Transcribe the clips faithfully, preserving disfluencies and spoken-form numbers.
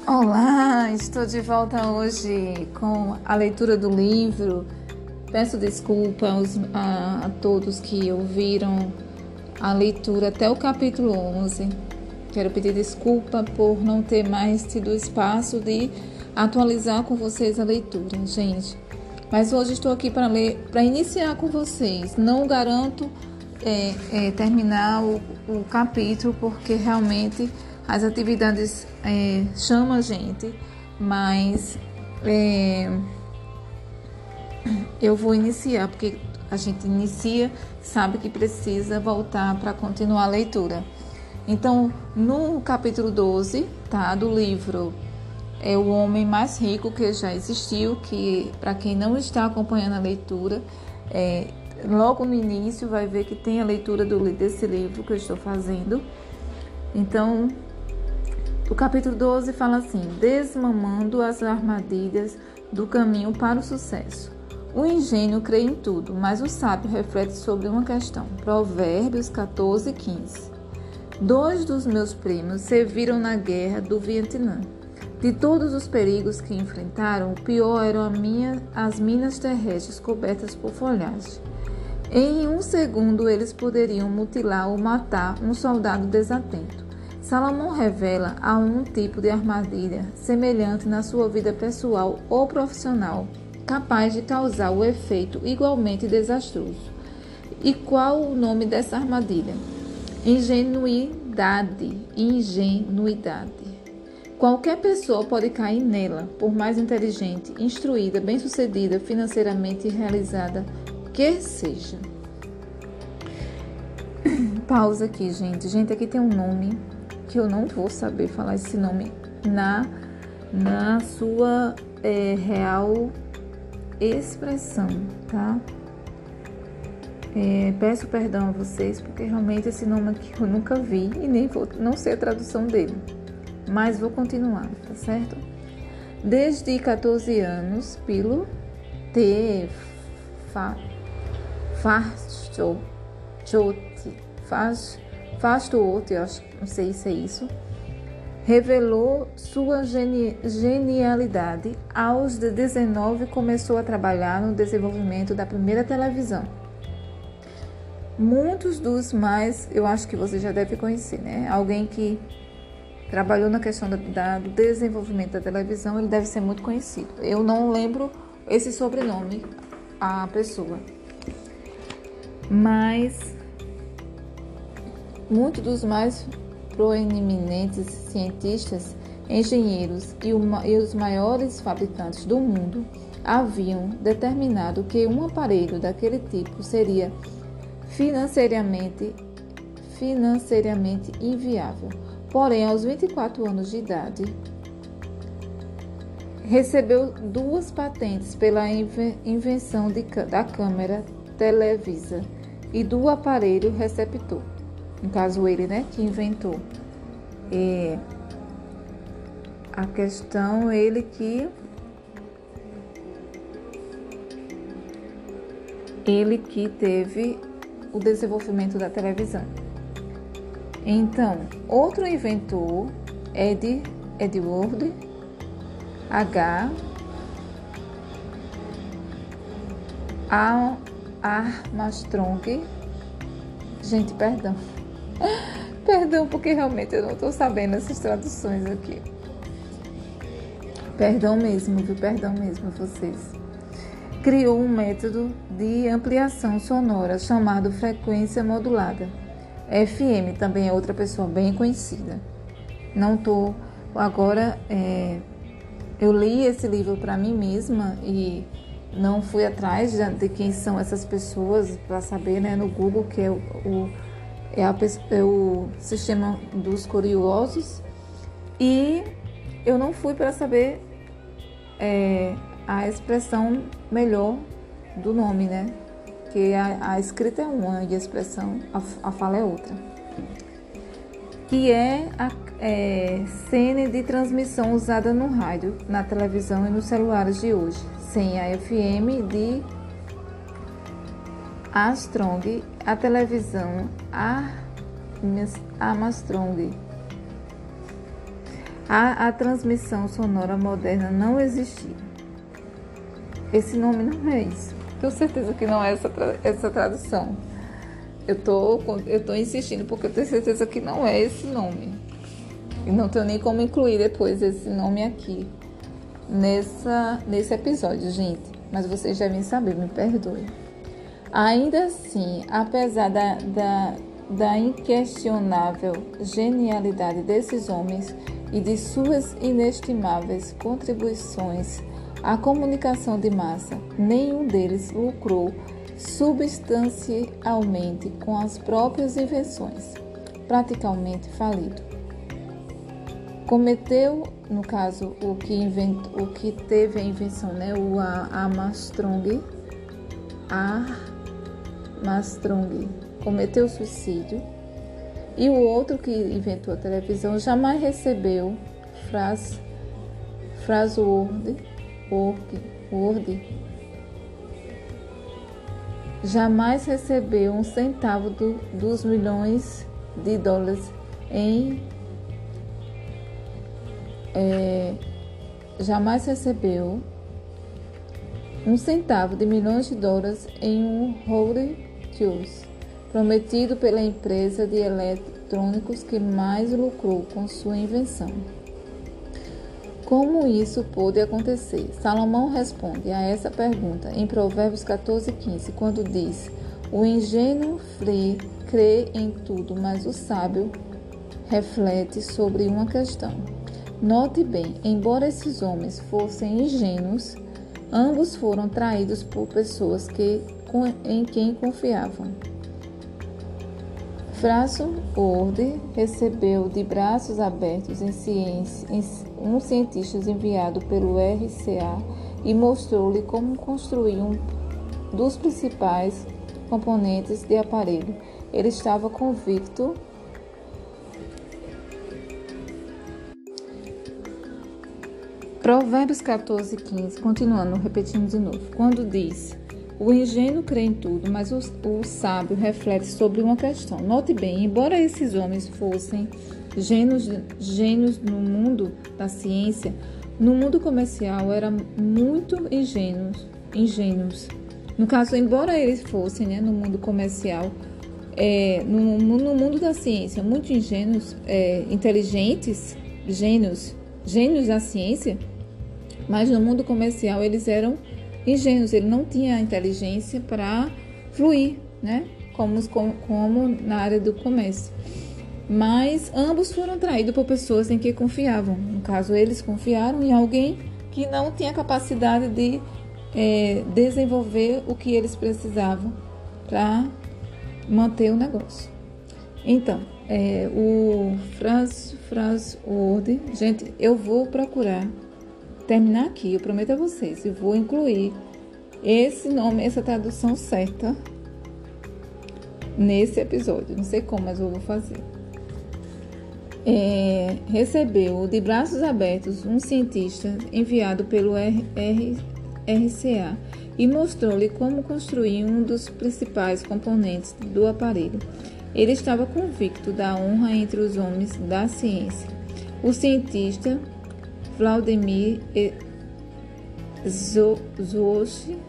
Olá, estou de volta hoje com a leitura do livro. Peço desculpa aos, a, a todos que ouviram a leitura até o capítulo onze. Quero pedir desculpa por não ter mais tido espaço de atualizar com vocês a leitura, gente. Mas hoje estou aqui para ler, para iniciar com vocês. Não garanto é, é, terminar o, o capítulo, porque realmente as atividades é, chamam a gente, mas é, eu vou iniciar, porque a gente inicia, sabe que precisa voltar para continuar a leitura. Então, no capítulo doze, tá, do livro É o Homem Mais Rico que Já Existiu, que para quem não está acompanhando a leitura, é, logo no início vai ver que tem a leitura do, desse livro que eu estou fazendo. Então, o capítulo doze fala assim: desmamando as armadilhas do caminho para o sucesso. O ingênuo crê em tudo, mas o sábio reflete sobre uma questão. Provérbios catorze, quinze. Dois dos meus primos serviram na guerra do Vietnã. De todos os perigos que enfrentaram, o pior eram a minha, as minas terrestres cobertas por folhagem. Em um segundo, eles poderiam mutilar ou matar um soldado desatento. Salomão revela a um tipo de armadilha semelhante na sua vida pessoal ou profissional, capaz de causar o efeito igualmente desastroso. E qual o nome dessa armadilha? Ingenuidade. Ingenuidade. Qualquer pessoa pode cair nela, por mais inteligente, instruída, bem-sucedida, financeiramente realizada que seja. Pausa aqui, gente. Gente, aqui tem um nome que eu não vou saber falar esse nome na, na sua é, real expressão, tá? É, peço perdão a vocês, porque realmente esse nome aqui eu nunca vi e nem vou, não sei a tradução dele, mas vou continuar, tá certo? Desde catorze anos, Pilo te fa, fasto, chote, faz, fasto-ote, eu acho, não sei se é isso, revelou sua geni, genialidade. Aos dezenove, começou a trabalhar no desenvolvimento da primeira televisão. Muitos dos mais, eu acho que você já deve conhecer, né? Alguém que trabalhou na questão da, da, do desenvolvimento da televisão, ele deve ser muito conhecido. Eu não lembro esse sobrenome, a pessoa. Mas muitos dos mais proeminentes cientistas, engenheiros e, uma, e os maiores fabricantes do mundo haviam determinado que um aparelho daquele tipo seria financeiramente, financeiramente inviável. Porém, aos vinte e quatro anos de idade, recebeu duas patentes pela invenção de, da câmera televisa e do aparelho receptor. No caso, ele, né, que inventou. É, a questão, ele que ele que teve o desenvolvimento da televisão. Então, outro inventor, Ed, Edward H. Armstrong. Gente, perdão. Perdão, porque realmente eu não estou sabendo essas traduções aqui. Perdão mesmo, viu? Perdão mesmo a vocês. Criou um método de ampliação sonora chamado frequência modulada. F M também é outra pessoa bem conhecida. Não estou... Agora, é, eu li esse livro para mim mesma e não fui atrás de, de quem são essas pessoas para saber, né, no Google, que é o... o É, a, é o sistema dos curiosos, e eu não fui para saber é, a expressão melhor do nome, né? Que a, a escrita é uma e a expressão, a, a fala é outra. Que é a é, cena de transmissão usada no rádio, na televisão e nos celulares de hoje, sem a F M de Armstrong, a televisão Armstrong. A, a transmissão sonora moderna não existia. Esse nome não é isso. Tenho certeza que não é essa, essa tradução. Eu tô, eu tô insistindo porque eu tenho certeza que não é esse nome. E não tenho nem como incluir depois esse nome aqui nessa, nesse episódio, gente. Mas vocês devem saber, me perdoem. Ainda assim, apesar da, da, da inquestionável genialidade desses homens e de suas inestimáveis contribuições à comunicação de massa, nenhum deles lucrou substancialmente com as próprias invenções, praticamente falido. Cometeu, no caso, o que, inventou, o que teve a invenção, né? O Armstrong, Armstrong cometeu suicídio, e o outro que inventou a televisão jamais recebeu frase, frase word, word, word, jamais recebeu um centavo do, dos milhões de dólares em é, jamais recebeu um centavo de milhões de dólares em um royalties prometido pela empresa de eletrônicos que mais lucrou com sua invenção. Como isso pôde acontecer? Salomão responde a essa pergunta em Provérbios catorze, quinze, quando diz: o ingênuo crê em tudo, mas o sábio reflete sobre uma questão. Note bem, embora esses homens fossem ingênuos, ambos foram traídos por pessoas que, em quem confiavam. Francis Ward recebeu de braços abertos em ciência, em um cientista enviado pelo R C A e mostrou-lhe como construir um dos principais componentes de aparelho. Ele estava convicto Provérbios catorze, quinze, continuando, repetindo de novo. Quando diz: o ingênuo crê em tudo, mas o, o sábio reflete sobre uma questão. Note bem, embora esses homens fossem gênios, gênios no mundo da ciência, no mundo comercial eram muito ingênuos. ingênuos. No caso, embora eles fossem, né, no mundo comercial, é, no, no mundo da ciência, muito ingênuos, é, inteligentes, gênios, gênios da ciência, mas no mundo comercial eles eram ingênuos, ele não tinha inteligência para fluir, né? Como, como, como na área do comércio. Mas ambos foram traídos por pessoas em que confiavam. No caso, eles confiaram em alguém que não tinha capacidade de é, desenvolver o que eles precisavam para manter o negócio. Então, é, o Francis Ward, gente, eu vou procurar terminar aqui, eu prometo a vocês, e vou incluir esse nome, essa tradução certa nesse episódio. Não sei como, mas eu vou fazer. É, recebeu de braços abertos um cientista enviado pelo R C A e mostrou-lhe como construir um dos principais componentes do aparelho. Ele estava convicto da honra entre os homens da ciência. O cientista Vladimir Zwocky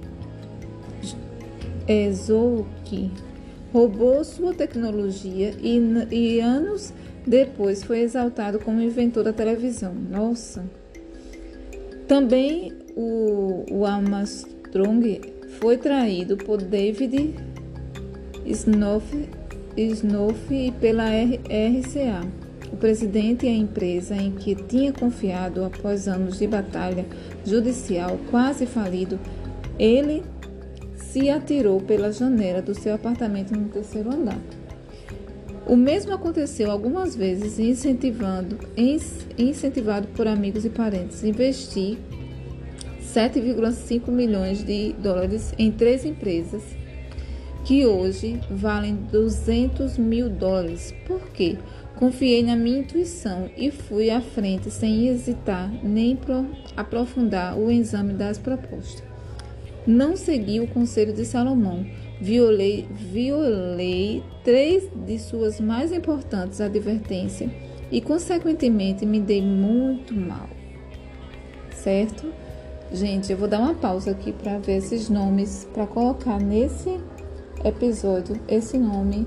roubou sua tecnologia e, e anos depois foi exaltado como inventor da televisão. Nossa! Também o, o Armstrong foi traído por David Snow e pela R C A. O presidente e a empresa em que tinha confiado após anos de batalha judicial quase falido, ele se atirou pela janela do seu apartamento no terceiro andar. O mesmo aconteceu algumas vezes, incentivando, incentivado por amigos e parentes. Investir sete vírgula cinco milhões de dólares em três empresas que hoje valem duzentos mil dólares. Por quê? Confiei na minha intuição e fui à frente sem hesitar nem aprofundar o exame das propostas. Não segui o conselho de Salomão. Violei, violei três de suas mais importantes advertências e, consequentemente, me dei muito mal, certo? Gente, eu vou dar uma pausa aqui para ver esses nomes, para colocar nesse episódio esse nome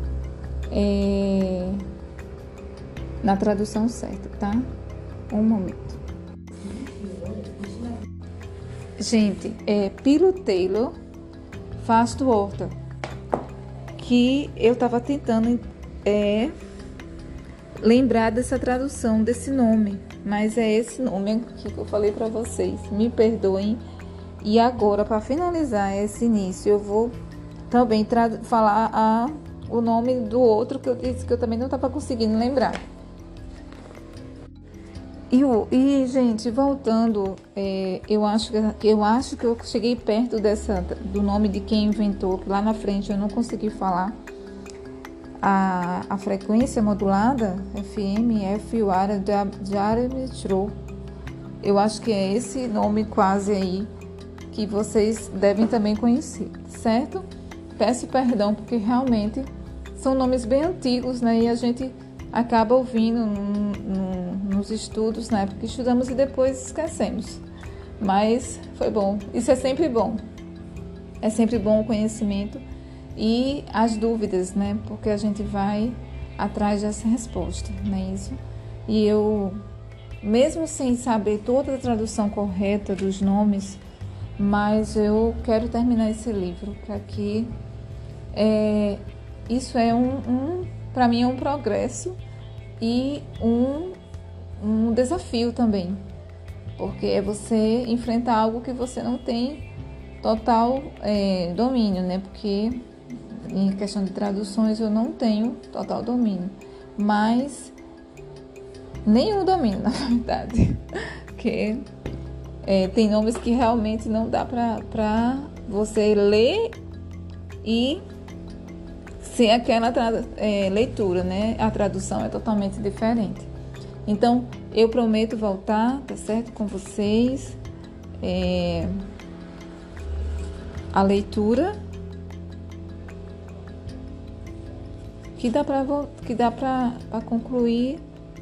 é, na tradução certa, tá? Um momento. Gente, é Pilo Taylor Fastwater, que eu estava tentando é, lembrar dessa tradução desse nome, mas é esse nome aqui que eu falei para vocês. Me perdoem. E agora, para finalizar esse início, eu vou também falar a, o nome do outro que eu disse que eu também não estava conseguindo lembrar. E, e gente, voltando, é, eu, acho que, eu acho que eu cheguei perto dessa, do nome de quem inventou, lá na frente eu não consegui falar. A, a frequência modulada, F M, F U R, Jeremy Trow. Eu acho que é esse nome quase aí que vocês devem também conhecer, certo? Peço perdão porque realmente são nomes bem antigos, né? E a gente acaba ouvindo no, no, nos estudos, na época que estudamos, e depois esquecemos. Mas foi bom. Isso é sempre bom. É sempre bom o conhecimento e as dúvidas, né? Porque a gente vai atrás dessa resposta, não é isso? E eu, mesmo sem saber toda a tradução correta dos nomes, mas eu quero terminar esse livro para que é, isso é um, um para mim é um progresso e um, um desafio também, porque é você enfrentar algo que você não tem total é, domínio, né? Porque em questão de traduções eu não tenho total domínio, mas nenhum domínio, na verdade, porque é, tem nomes que realmente não dá para você ler e ser aquela tra- é, leitura, né? A tradução é totalmente diferente. Então, eu prometo voltar, tá certo, com vocês, é, a leitura que dá para que dá para concluir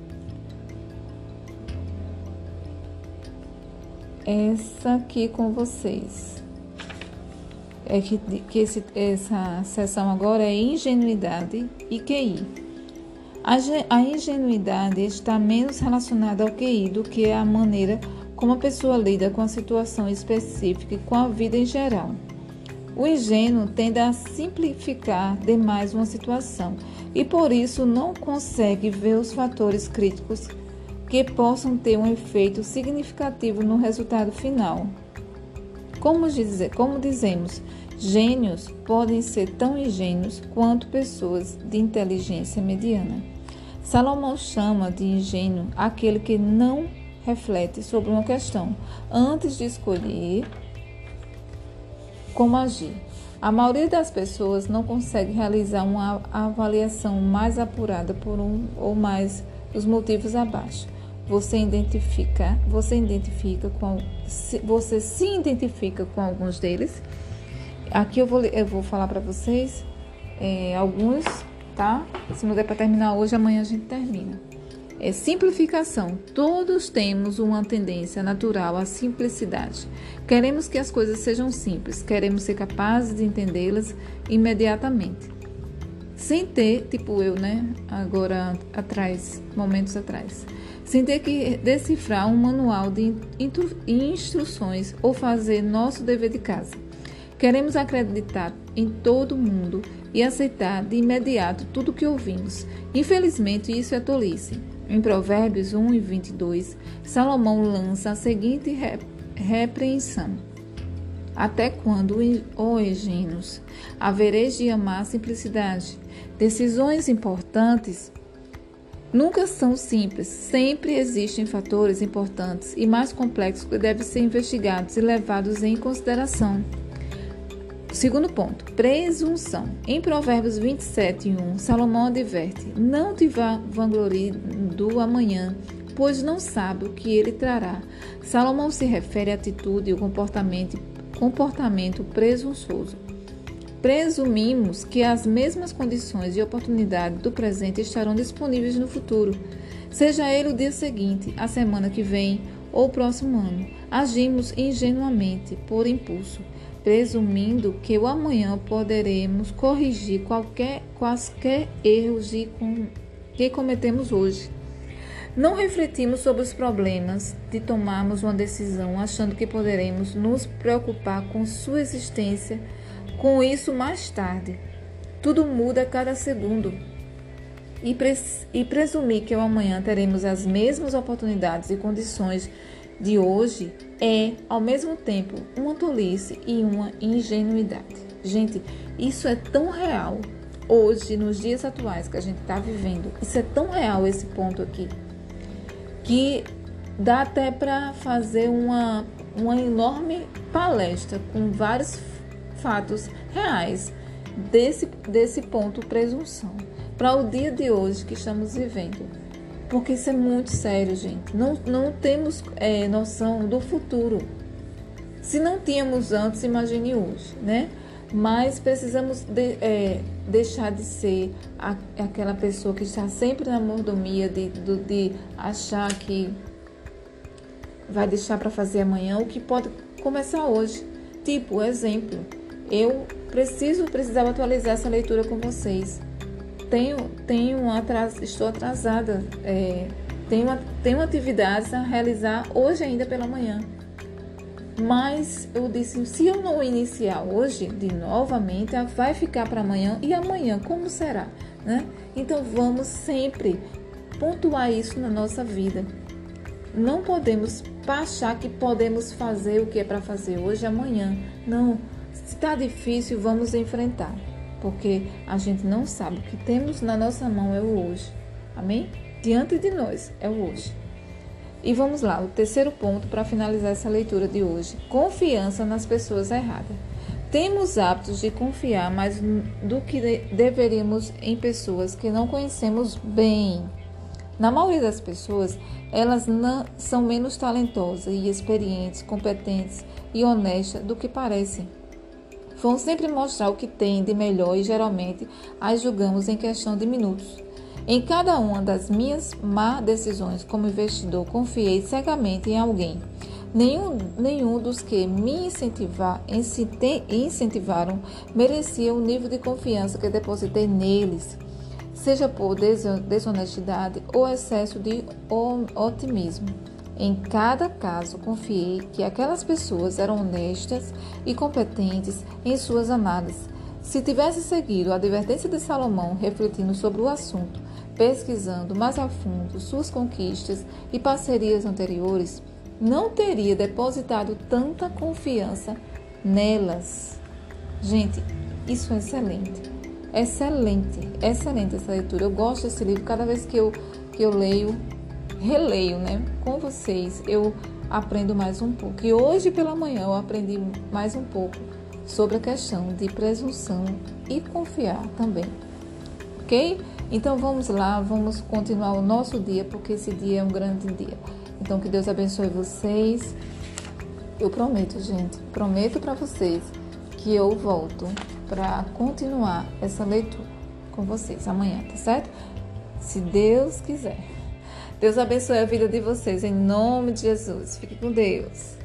essa aqui com vocês. É que, que esse, essa sessão agora é ingenuidade e Q I. A, a ingenuidade está menos relacionada ao Q I do que a maneira como a pessoa lida com a situação específica e com a vida em geral. O ingênuo tende a simplificar demais uma situação e, por isso, não consegue ver os fatores críticos que possam ter um efeito significativo no resultado final. Como, dizer, como dizemos, gênios podem ser tão ingênuos quanto pessoas de inteligência mediana. Salomão chama de ingênuo aquele que não reflete sobre uma questão antes de escolher como agir. A maioria das pessoas não consegue realizar uma avaliação mais apurada por um ou mais dos motivos abaixo. Você identifica, você identifica com, você se identifica com alguns deles. Aqui eu vou, eu vou falar para vocês é, alguns, tá? Se não der para terminar hoje, amanhã a gente termina. É simplificação. Todos temos uma tendência natural à simplicidade. Queremos que as coisas sejam simples, queremos ser capazes de entendê-las imediatamente. Sem ter, tipo eu, né? Agora atrás, momentos atrás. Sem ter que decifrar um manual de instruções ou fazer nosso dever de casa. Queremos acreditar em todo mundo e aceitar de imediato tudo o que ouvimos. Infelizmente, isso é tolice. Em Provérbios um e vinte e dois, Salomão lança a seguinte re- repreensão. Até quando, ó ingênuos, havereis de amar a simplicidade? Decisões importantes nunca são simples. Sempre existem fatores importantes e mais complexos que devem ser investigados e levados em consideração. Segundo ponto, presunção. Em Provérbios vinte e sete, um, Salomão adverte: não te vanglorie do amanhã, pois não sabe o que ele trará. Salomão se refere à atitude e ao comportamento, comportamento presunçoso. presumimos que as mesmas condições e oportunidades do presente estarão disponíveis no futuro, seja ele o dia seguinte, a semana que vem ou o próximo ano. Agimos ingenuamente por impulso, presumindo que o amanhã poderemos corrigir qualquer, quaisquer erros de com, que cometemos hoje. Não refletimos sobre os problemas de tomarmos uma decisão achando que poderemos nos preocupar com sua existência com isso mais tarde. Tudo muda a cada segundo. E, pres- e presumir que o amanhã teremos as mesmas oportunidades e condições de hoje é, ao mesmo tempo, uma tolice e uma ingenuidade. Gente, isso é tão real hoje, nos dias atuais que a gente está vivendo. Isso é tão real, esse ponto aqui, que dá até para fazer uma, uma enorme palestra com vários fatos reais desse, desse ponto presunção para o dia de hoje que estamos vivendo. Porque isso é muito sério, gente. Não, não temos é, noção do futuro. Se não tínhamos antes, imagine hoje, né? Mas precisamos de, é, deixar de ser a, aquela pessoa que está sempre na mordomia de, de, de achar que vai deixar para fazer amanhã o que pode começar hoje. Tipo, exemplo, eu preciso, precisava atualizar essa leitura com vocês. Tenho, tenho atras, estou atrasada, é, tenho, tenho atividades a realizar hoje ainda pela manhã. Mas eu disse, se eu não iniciar hoje, de novamente, vai ficar para amanhã. E amanhã, como será? Né? Então, vamos sempre pontuar isso na nossa vida. Não podemos achar que podemos fazer o que é para fazer hoje e amanhã. Não, se está difícil, vamos enfrentar. Porque a gente não sabe. O que temos na nossa mão é o hoje. Amém? Diante de nós é o hoje. E vamos lá, o terceiro ponto para finalizar essa leitura de hoje. Confiança nas pessoas erradas. Temos hábitos de confiar mais do que de- deveríamos em pessoas que não conhecemos bem. Na maioria das pessoas, elas não, são menos talentosas e experientes, competentes e honestas do que parecem. Vão sempre mostrar o que têm de melhor e geralmente as julgamos em questão de minutos. Em cada uma das minhas má decisões como investidor, confiei cegamente em alguém. Nenhum, nenhum dos que me incentivar, incentivaram merecia o nível de confiança que depositei neles, seja por desonestidade ou excesso de otimismo. Em cada caso, confiei que aquelas pessoas eram honestas e competentes em suas análises. Se tivesse seguido a advertência de Salomão, refletindo sobre o assunto, pesquisando mais a fundo suas conquistas e parcerias anteriores, não teria depositado tanta confiança nelas. Gente, isso é excelente. Excelente, excelente essa leitura. Eu gosto desse livro. Cada vez que eu, que eu leio, releio, né, com vocês, eu aprendo mais um pouco. E hoje pela manhã eu aprendi mais um pouco sobre a questão de presunção e confiar também. Ok? Então vamos lá, vamos continuar o nosso dia, porque esse dia é um grande dia. Então que Deus abençoe vocês. Eu prometo, gente, prometo para vocês que eu volto para continuar essa leitura com vocês amanhã, tá certo? Se Deus quiser. Deus abençoe a vida de vocês, em nome de Jesus. Fique com Deus.